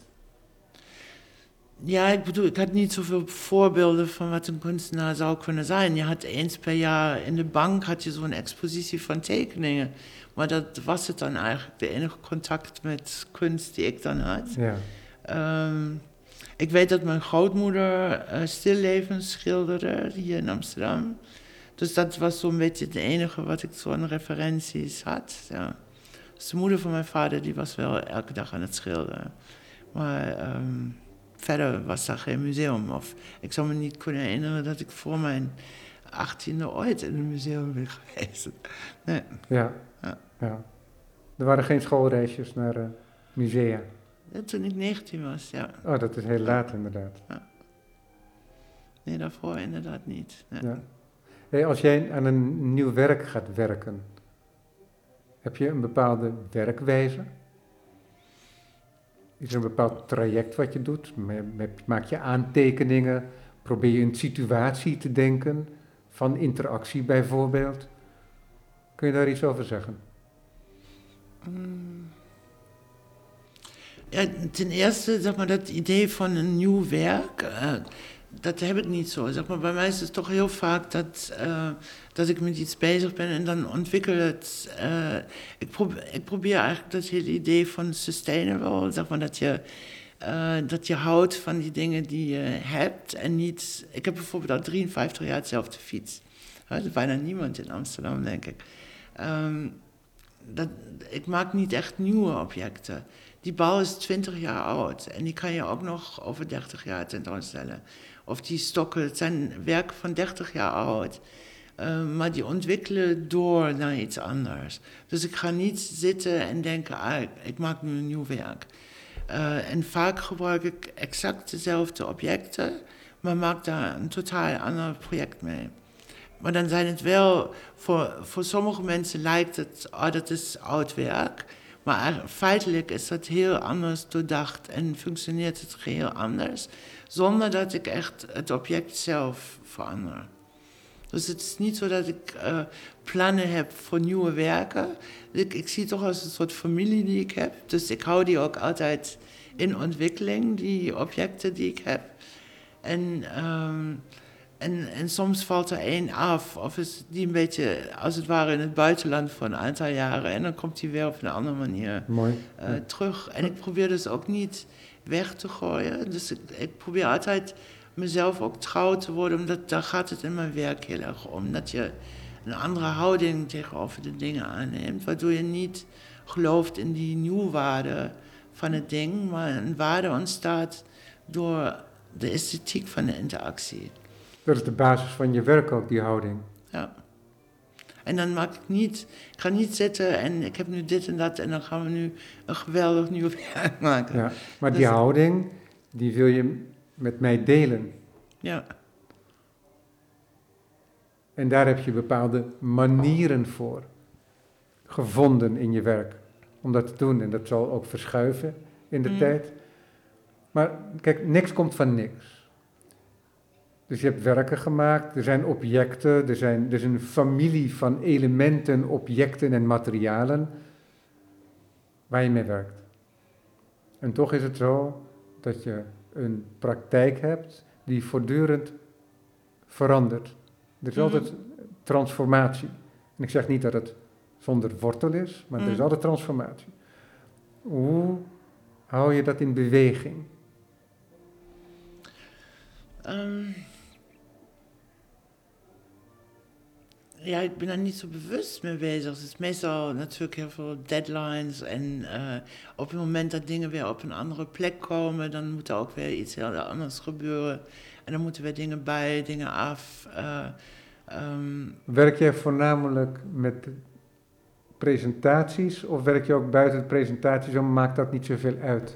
S2: Ja, ik bedoel, ik had niet zoveel voorbeelden van wat een kunstenaar zou kunnen zijn. Je had eens per jaar in de bank had je zo'n expositie van tekeningen. Maar dat was het dan eigenlijk, de enige contact met kunst die ik dan had.
S1: Ja.
S2: Ik weet dat mijn grootmoeder stillevens schilderde hier in Amsterdam. Dus dat was zo'n beetje het enige wat ik zo aan referenties had. Ja. Dus de moeder van mijn vader die was wel elke dag aan het schilderen. Maar verder was daar geen museum. Of ik zou me niet kunnen herinneren dat ik voor mijn 18e ooit in een museum ben geweest. Nee.
S1: Ja. Er waren geen schoolreisjes naar musea.
S2: Toen ik 19 was, ja.
S1: Oh, dat is heel laat inderdaad.
S2: Ja. Nee, daarvoor inderdaad niet. Nee.
S1: Ja. Hey, als jij aan een nieuw werk gaat werken, heb je een bepaalde werkwijze? Is er een bepaald traject wat je doet? Maak je aantekeningen? Probeer je een situatie te denken? Van interactie bijvoorbeeld? Kun je daar iets over zeggen?
S2: Ja, ten eerste, zeg maar, dat idee van een nieuw werk, dat heb ik niet zo. Zeg maar, bij mij is het toch heel vaak dat ik met iets bezig ben en dan ontwikkel het. Ik probeer eigenlijk dat hele idee van sustainable, zeg maar, dat je dat je houdt van die dingen die je hebt en niet... Ik heb bijvoorbeeld al 53 jaar hetzelfde fiets. Dat is bijna niemand in Amsterdam, denk ik. Ik maak niet echt nieuwe objecten. Die bal is 20 jaar oud en die kan je ook nog over 30 jaar tentoonstellen. Of die stokken, het zijn werken van 30 jaar oud. Maar die ontwikkelen door naar iets anders. Dus ik ga niet zitten en denken, ik maak nu een nieuw werk. En vaak gebruik ik exact dezelfde objecten, maar maak daar een totaal ander project mee. Maar dan zijn het wel, voor sommige mensen lijkt het, dat is oud werk. Maar feitelijk is dat heel anders doordacht en functioneert het geheel anders. Zonder dat ik echt het object zelf verander. Dus het is niet zo dat ik plannen heb voor nieuwe werken. Ik zie het toch als een soort familie die ik heb. Dus ik hou die ook altijd in ontwikkeling, die objecten die ik heb. En soms valt er één af, of is die een beetje, als het ware, in het buitenland voor een aantal jaren. En dan komt die weer op een andere manier terug. En ik probeer dus ook niet weg te gooien. Dus ik probeer altijd mezelf ook trouw te worden, omdat daar gaat het in mijn werk heel erg om. Dat je een andere houding tegenover de dingen aanneemt, waardoor je niet gelooft in die nieuwwaarde van het ding, maar een waarde ontstaat door de esthetiek van de interactie.
S1: Dat is de basis van je werk ook, die houding.
S2: Ja. En dan ik ga niet zitten en ik heb nu dit en dat en dan gaan we nu een geweldig nieuw werk maken.
S1: Ja, maar die houding, die wil je met mij delen.
S2: Ja.
S1: En daar heb je bepaalde manieren voor gevonden in je werk om dat te doen. En dat zal ook verschuiven in de tijd. Maar kijk, niks komt van niks. Dus je hebt werken gemaakt, er zijn objecten, er is een familie van elementen, objecten en materialen waar je mee werkt. En toch is het zo dat je een praktijk hebt die voortdurend verandert. Er is altijd transformatie. En ik zeg niet dat het zonder wortel is, maar er is altijd transformatie. Hoe hou je dat in beweging?
S2: Ja, ik ben daar niet zo bewust mee bezig. Het is meestal natuurlijk heel veel deadlines en op het moment dat dingen weer op een andere plek komen, dan moet er ook weer iets heel anders gebeuren. En dan moeten weer dingen bij, dingen af.
S1: Werk jij voornamelijk met presentaties of werk je ook buiten de presentaties of maakt dat niet zoveel uit?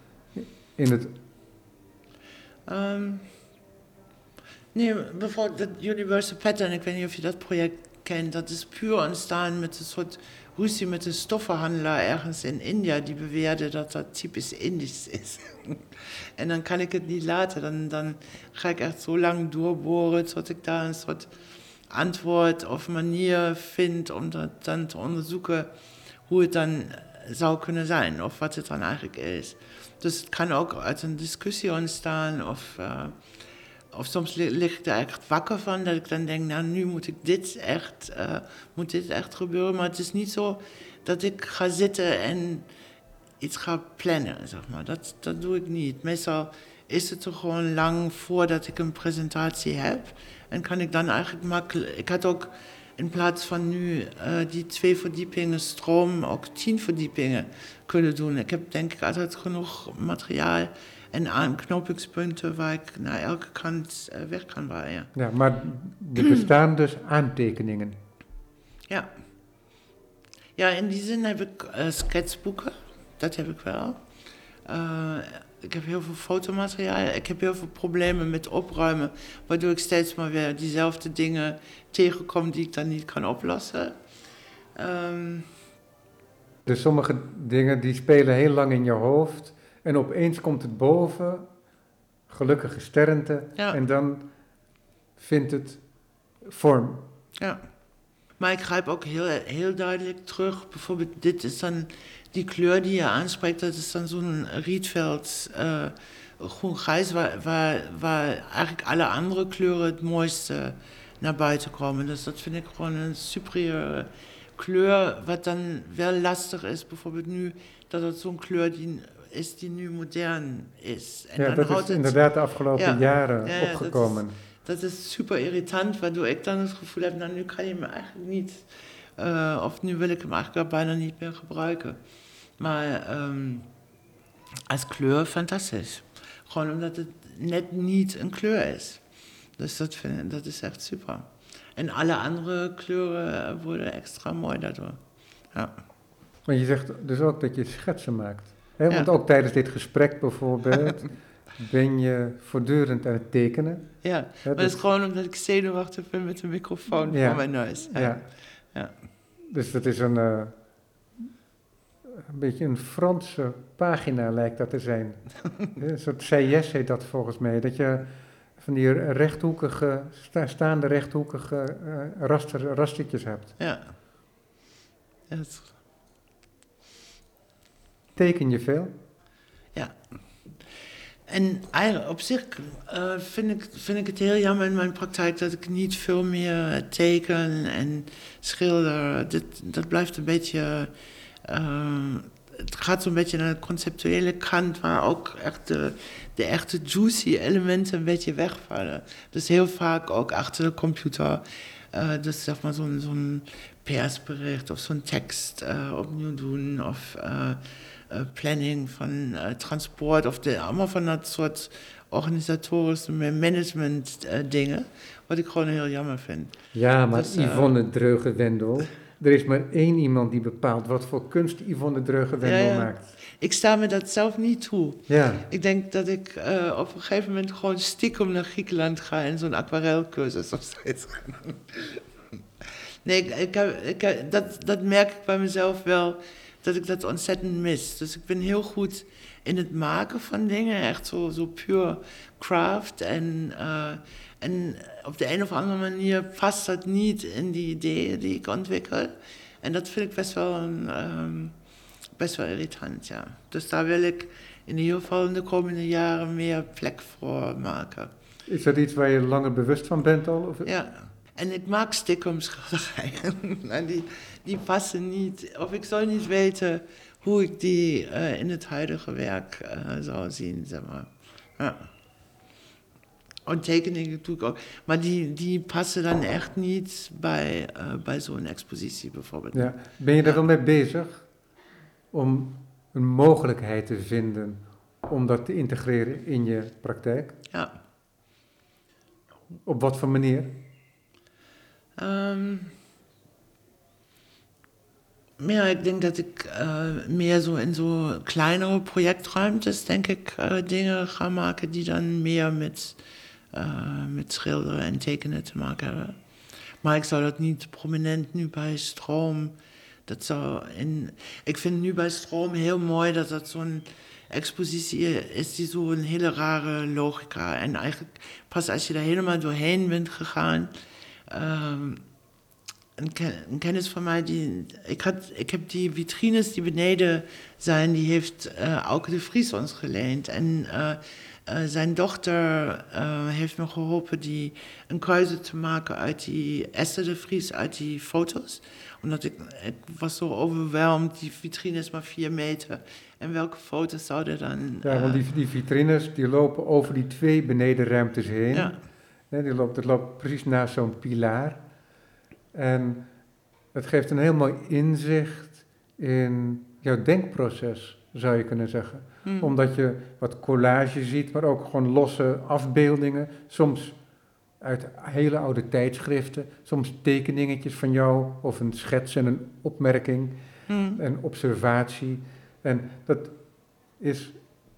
S2: Nee, bijvoorbeeld dat Universal Pattern, ik weet niet of je dat project kent, dat is puur ontstaan met een soort ruzie met een stoffenhandelaar ergens in India, die beweerde dat dat typisch Indisch is. En dan kan ik het niet laten, dan ga ik echt zo lang doorboren tot ik daar een soort antwoord of manier vind om dat dan te onderzoeken hoe het dan zou kunnen zijn of wat het dan eigenlijk is. Dus het kan ook uit een discussie ontstaan of soms lig ik daar echt wakker van, dat ik dan denk, nou nu moet dit echt gebeuren. Maar het is niet zo dat ik ga zitten en iets ga plannen, zeg maar. Dat doe ik niet. Meestal is het er gewoon lang voordat ik een presentatie heb. En kan ik dan eigenlijk makkelijk... Ik had ook in plaats van nu die 2 verdiepingen stroom ook 10 verdiepingen kunnen doen. Ik heb denk ik altijd genoeg materiaal en aanknopingspunten waar ik naar elke kant weg kan waaien.
S1: Ja, maar er bestaan dus aantekeningen.
S2: Ja. Ja, in die zin heb ik sketsboeken. Dat heb ik wel. Ik heb heel veel fotomateriaal. Ik heb heel veel problemen met opruimen, waardoor ik steeds maar weer diezelfde dingen tegenkom die ik dan niet kan oplossen.
S1: Dus sommige dingen die spelen heel lang in je hoofd en opeens komt het boven, gelukkige sterrente, en dan vindt het vorm.
S2: Ja, maar ik grijp ook heel duidelijk terug. Bijvoorbeeld dit is dan die kleur die je aanspreekt, dat is dan zo'n Rietveld groen-grijs, waar eigenlijk alle andere kleuren het mooiste naar buiten komen. Dus dat vind ik gewoon een superieure kleur, wat dan wel lastig is. Bijvoorbeeld nu, dat het zo'n kleur die is die nu modern is. En
S1: Ja,
S2: dan
S1: dat
S2: houdt
S1: is
S2: het,
S1: inderdaad de afgelopen jaren
S2: ja,
S1: opgekomen.
S2: dat is super irritant, waardoor ik dan het gevoel heb, nou nu kan je hem eigenlijk niet, of nu wil ik hem eigenlijk bijna niet meer gebruiken. Maar als kleur fantastisch. Gewoon omdat het net niet een kleur is. Dus dat is echt super. En alle andere kleuren worden extra mooi daardoor. Ja.
S1: Maar je zegt dus ook dat je schetsen maakt. Hè? Want
S2: Ja.
S1: ook tijdens dit gesprek bijvoorbeeld ben je voortdurend aan het tekenen.
S2: Ja,
S1: Hè,
S2: maar dat is gewoon omdat ik zenuwachtig ben met een microfoon voor mijn neus.
S1: Ja.
S2: Ja.
S1: Dus dat is een beetje een Franse pagina lijkt dat te zijn. Een soort CIS heet dat volgens mij. Dat je van die rechthoekige, staande rechthoekige rastertjes hebt.
S2: Ja. Het,
S1: Teken je veel?
S2: ja. En eigenlijk op zich vind ik het heel jammer in mijn praktijk dat ik niet veel meer teken en schilder. Dat blijft een beetje... het gaat zo'n beetje naar de conceptuele kant, waar ook echt de echte juicy elementen een beetje wegvallen. Dus heel vaak ook achter de computer. Dus zeg maar zo'n persbericht of zo'n tekst opnieuw doen of planning van transport of allemaal van dat soort organisatorische management dingen, wat ik gewoon heel jammer vind.
S1: Ja, maar
S2: Dus,
S1: Yvonne Dreugen-Wendel, er is maar één iemand die bepaalt wat voor kunst Yvonne Dreugen-Wendel maakt.
S2: Ik sta me dat zelf niet toe.
S1: Ja.
S2: Ik denk dat ik op een gegeven moment gewoon stiekem naar Griekenland ga en zo'n aquarelcursus of zoiets ga doen. Nee, dat merk ik bij mezelf wel, dat ik dat ontzettend mis. Dus ik ben heel goed in het maken van dingen, echt zo puur craft. En op de een of andere manier past dat niet in die ideeën die ik ontwikkel. En dat vind ik best wel irritant, ja. Dus daar wil ik in ieder geval in de komende jaren meer plek voor maken.
S1: Is dat iets waar je langer bewust van bent al? Of?
S2: Ja, en ik maak stiekem schilderijen. En die passen niet, of ik zal niet weten hoe ik die in het huidige werk zou zien, zeg maar. Ja. En tekeningen doe ik ook. Maar die passen dan echt niet bij zo'n expositie bijvoorbeeld.
S1: Ja. Ben je daar wel mee bezig om een mogelijkheid te vinden om dat te integreren in je praktijk?
S2: Ja.
S1: Op wat voor manier?
S2: Ja, ik denk dat ik meer zo in zo kleinere projectruimtes, denk ik, dingen ga maken die dan meer met schilderen en tekenen te maken hebben. Maar ik zou dat niet prominent nu bij Stroom. Ik vind nu bij Stroom heel mooi dat dat zo'n expositie is die zo'n hele rare logica. En eigenlijk pas als je daar helemaal doorheen bent gegaan. Een kennis van mij, ik heb die vitrines die beneden zijn, die heeft Auke de Vries ons geleend. En zijn dochter heeft me geholpen die een keuze te maken uit die Esther de Vries, uit die foto's. Omdat ik was zo overweldigd, die vitrine is maar 4 meter. En welke foto's zouden dan...
S1: Ja, want die vitrines die lopen over die 2 benedenruimtes heen.
S2: Ja.
S1: Dat loopt precies naast zo'n pilaar. En het geeft een heel mooi inzicht in jouw denkproces, zou je kunnen zeggen. Omdat je wat collage ziet, maar ook gewoon losse afbeeldingen. Soms uit hele oude tijdschriften, soms tekeningetjes van jou of een schets en een opmerking en observatie. En dat is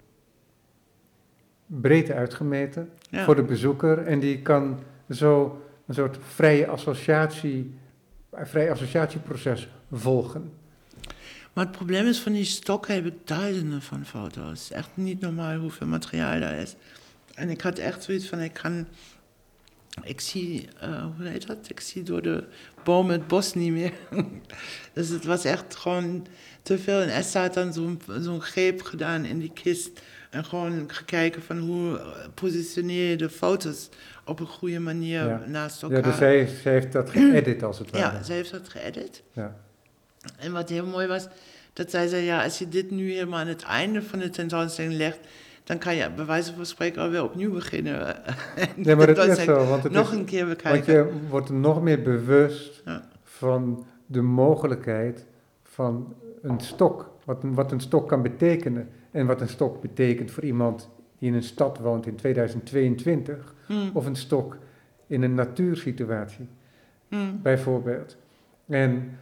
S1: breed uitgemeten voor de bezoeker en die kan zo een soort vrij associatieproces volgen.
S2: Maar het probleem is, van die stokken heb ik duizenden van foto's. Echt niet normaal hoeveel materiaal daar is. En ik had echt zoiets van, ik zie, hoe heet dat? Ik zie door de bomen het bos niet meer. Dus het was echt gewoon te veel. En Esther had dan zo'n greep gedaan in die kist. En gewoon gekeken van hoe positioneer je de foto's op een goede manier naast elkaar.
S1: Ja, dus zij heeft dat geëdit als het ware.
S2: Ja, zij heeft dat geëdit.
S1: Ja.
S2: En wat heel mooi was, Dat zij zei, ja, als je dit nu helemaal aan het einde van de tentoonstelling legt, dan kan je bij wijze van spreken alweer opnieuw beginnen.
S1: Nee, maar het is zo, want het
S2: nog
S1: is,
S2: een keer
S1: want
S2: bekijken.
S1: je wordt er nog meer bewust
S2: Ja.
S1: van de mogelijkheid van een stok. Wat een stok kan betekenen. En wat een stok betekent voor iemand die in een stad woont in 2022. Of een stok in een natuursituatie, bijvoorbeeld. En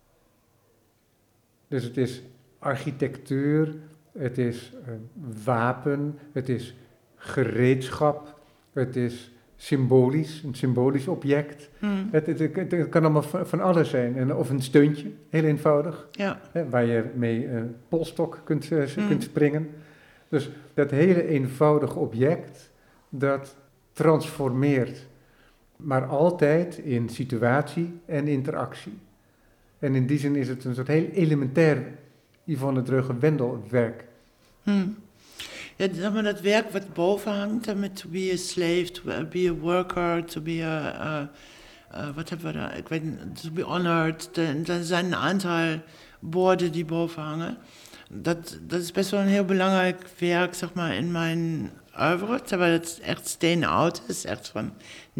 S1: dus het is architectuur, het is wapen, het is gereedschap, het is symbolisch, een symbolisch object. Het kan allemaal van alles zijn. Of een steuntje, heel eenvoudig,
S2: Ja.
S1: waar je mee polstok kunt springen. Dus dat hele eenvoudige object, dat transformeert, maar altijd in situatie en interactie. En in die zin is het een soort heel elementair Yvonne Dröger-Wendel-werk.
S2: Ja, zeg maar dat werk wat boven hangt, met to be a slave, to be a worker, to be a wat hebben we daar? Ik weet niet, to be honored. Er zijn een aantal woorden die boven hangen. Dat is best wel een heel belangrijk werk, zeg maar, in mijn oeuvre, terwijl het echt steenoud is, echt van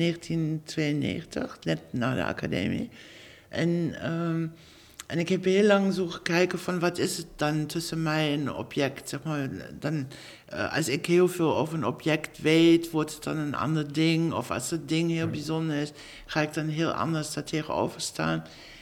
S2: 1992, net na de academie. En ik heb heel lang zo gekeken van wat is het dan tussen mij en een object, zeg maar. Dan, als ik heel veel over een object weet, wordt het dan een ander ding. Of als het ding heel bijzonder is, ga ik dan heel anders daar tegenover staan.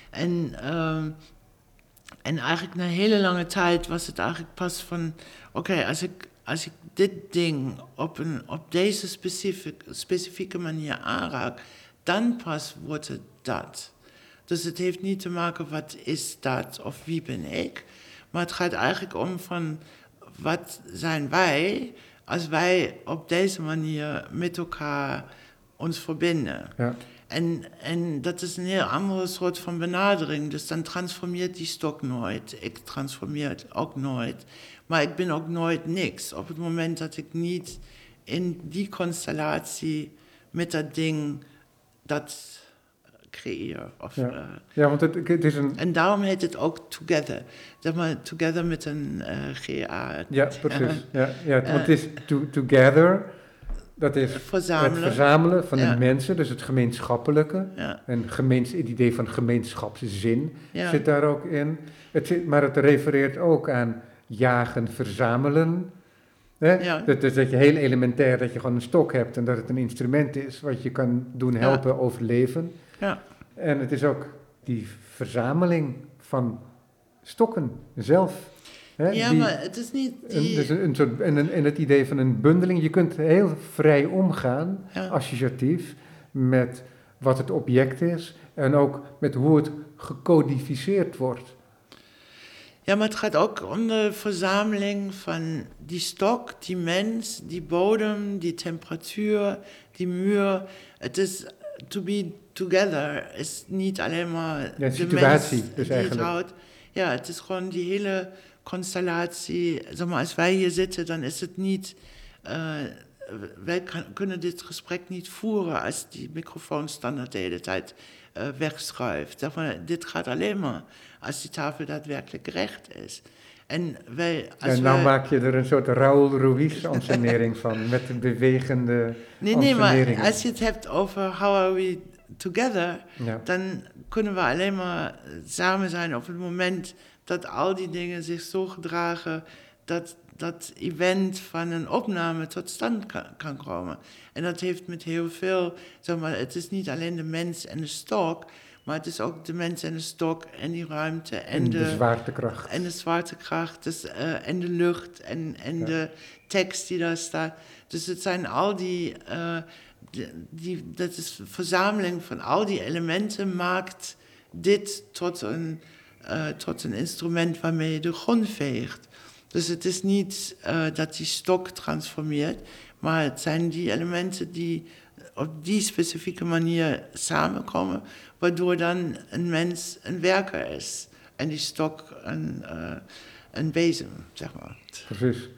S2: En eigenlijk na een hele lange tijd was het eigenlijk pas van, oké, als ik dit ding op deze specifieke manier aanraak, dan pas wordt het dat. Dus het heeft niet te maken wat is dat of wie ben ik. Maar het gaat eigenlijk om van wat zijn wij als wij op deze manier met elkaar ons verbinden.
S1: Ja.
S2: En dat is een heel andere soort van benadering. Dus dan transformeert die stok nooit. Ik transformeer het ook nooit. Maar ik ben ook nooit niks. Op het moment dat ik niet in die constellatie met dat ding dat creëer.
S1: Ja, want het is een...
S2: En daarom heet het ook Together. Zeg maar, Together met een GA.
S1: Ja, precies. Want het is together, dat is
S2: Verzamelen.
S1: Het verzamelen van de mensen, dus het gemeenschappelijke.
S2: Ja.
S1: En het idee van gemeenschapszin
S2: Ja.
S1: zit daar ook in. Maar het refereert ook aan jagen, verzamelen. Hè?
S2: Ja.
S1: Dat je heel elementair dat je gewoon een stok hebt en dat het een instrument is wat je kan doen helpen overleven.
S2: Ja.
S1: En het is ook die verzameling van stokken zelf. Hè,
S2: Ja, maar het is niet
S1: en het idee van een bundeling. Je kunt heel vrij omgaan, associatief, met wat het object is en ook met hoe het gecodificeerd wordt.
S2: Ja, maar het gaat ook om de verzameling van die stok, die mens, die bodem, die temperatuur, die muur. Het is to be together, is niet alleen maar
S1: de
S2: situatie
S1: mens dus
S2: die
S1: eigenlijk.
S2: het houdt. Ja, het is gewoon die hele constellatie. Zeg maar, als wij hier zitten, dan is het niet... wij kunnen dit gesprek niet voeren als die microfoon standaard de hele tijd wegschuift. Zeg maar, dit gaat alleen maar als die tafel daadwerkelijk recht is. En
S1: maak je er een soort Raoul Ruiz-ansenering van, met de bewegende
S2: Nee, maar als je het hebt over how are we together, dan kunnen we alleen maar samen zijn op het moment dat al die dingen zich zo gedragen dat event van een opname tot stand kan komen. En dat heeft met heel veel, zeg maar, het is niet alleen de mens en de stok, maar het is ook de mens en de stok en die ruimte en
S1: de zwaartekracht.
S2: En de zwaartekracht, dus, en de lucht en de tekst die daar staat. Dus het zijn al dat is een verzameling van al die elementen maakt dit tot een instrument waarmee je de grond veegt. Dus het is niet dat die stok transformeert, maar het zijn die elementen die op die specifieke manier samenkomen, waardoor dan een mens een werker is en die stok een bezem, zeg maar.
S1: Precies.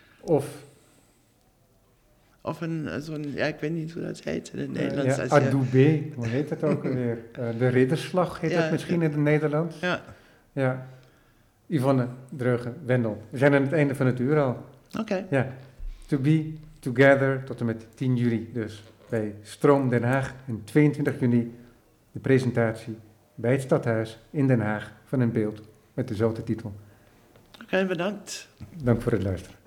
S2: Of zo'n, ik weet niet hoe dat heet in het Nederlands.
S1: Adoubé, hoe heet dat ook alweer? De ridderslag heet dat misschien in het Nederlands.
S2: Ja.
S1: Yvonne Dreugen-Wendel. We zijn aan het einde van het uur al.
S2: Oké.
S1: Ja, To Be Together tot en met 10 juli dus bij Stroom Den Haag. En 22 juni de presentatie bij het Stadhuis in Den Haag van een beeld met dezelfde titel.
S2: Oké, bedankt.
S1: Dank voor het luisteren.